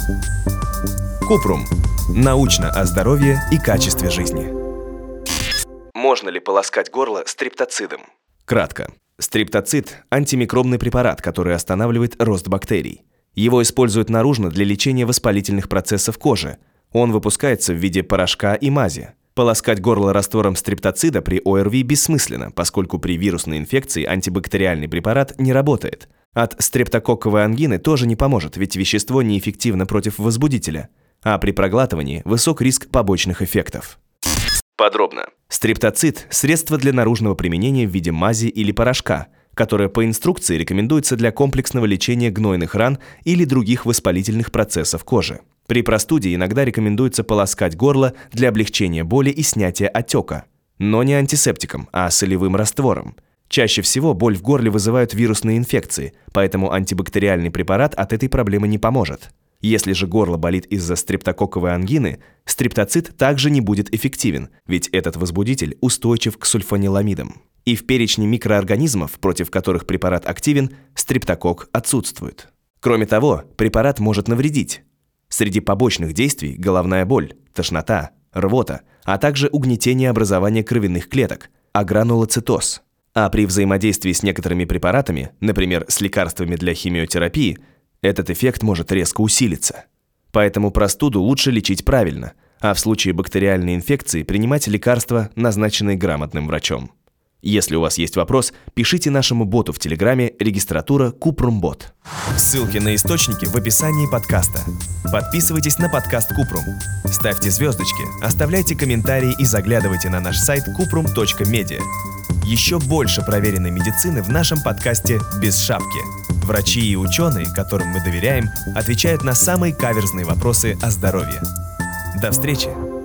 Купрум. Научно о здоровье и качестве жизни. Можно ли полоскать горло стрептоцидом? Кратко. Стрептоцид – антимикробный препарат, который останавливает рост бактерий. Его используют наружно для лечения воспалительных процессов кожи. Он выпускается в виде порошка и мази. Полоскать горло раствором стрептоцида при ОРВИ бессмысленно, поскольку при вирусной инфекции антибактериальный препарат не работает. От стрептококковой ангины тоже не поможет, ведь вещество неэффективно против возбудителя. А при проглатывании высок риск побочных эффектов. Подробно. Стрептоцид – средство для наружного применения в виде мази или порошка, которое по инструкции рекомендуется для комплексного лечения гнойных ран или других воспалительных процессов кожи. При простуде иногда рекомендуется полоскать горло для облегчения боли и снятия отека, но не антисептиком, а солевым раствором. Чаще всего боль в горле вызывают вирусные инфекции, поэтому антибактериальный препарат от этой проблемы не поможет. Если же горло болит из-за стрептококковой ангины, стрептоцид также не будет эффективен, ведь этот возбудитель устойчив к сульфаниламидам. И в перечне микроорганизмов, против которых препарат активен, стрептококк отсутствует. Кроме того, препарат может навредить. Среди побочных действий – головная боль, тошнота, рвота, а также угнетение образования кровяных клеток, агранулоцитоз. А при взаимодействии с некоторыми препаратами, например, с лекарствами для химиотерапии, этот эффект может резко усилиться. Поэтому простуду лучше лечить правильно, а в случае бактериальной инфекции принимать лекарства, назначенные грамотным врачом. Если у вас есть вопрос, пишите нашему боту в Телеграме регистратура Купрумбот. Ссылки на источники в описании подкаста. Подписывайтесь на подкаст Купрум. Ставьте звездочки, оставляйте комментарии и заглядывайте на наш сайт kuprum.media. Еще больше проверенной медицины в нашем подкасте «Без шапки». Врачи и ученые, которым мы доверяем, отвечают на самые каверзные вопросы о здоровье. До встречи!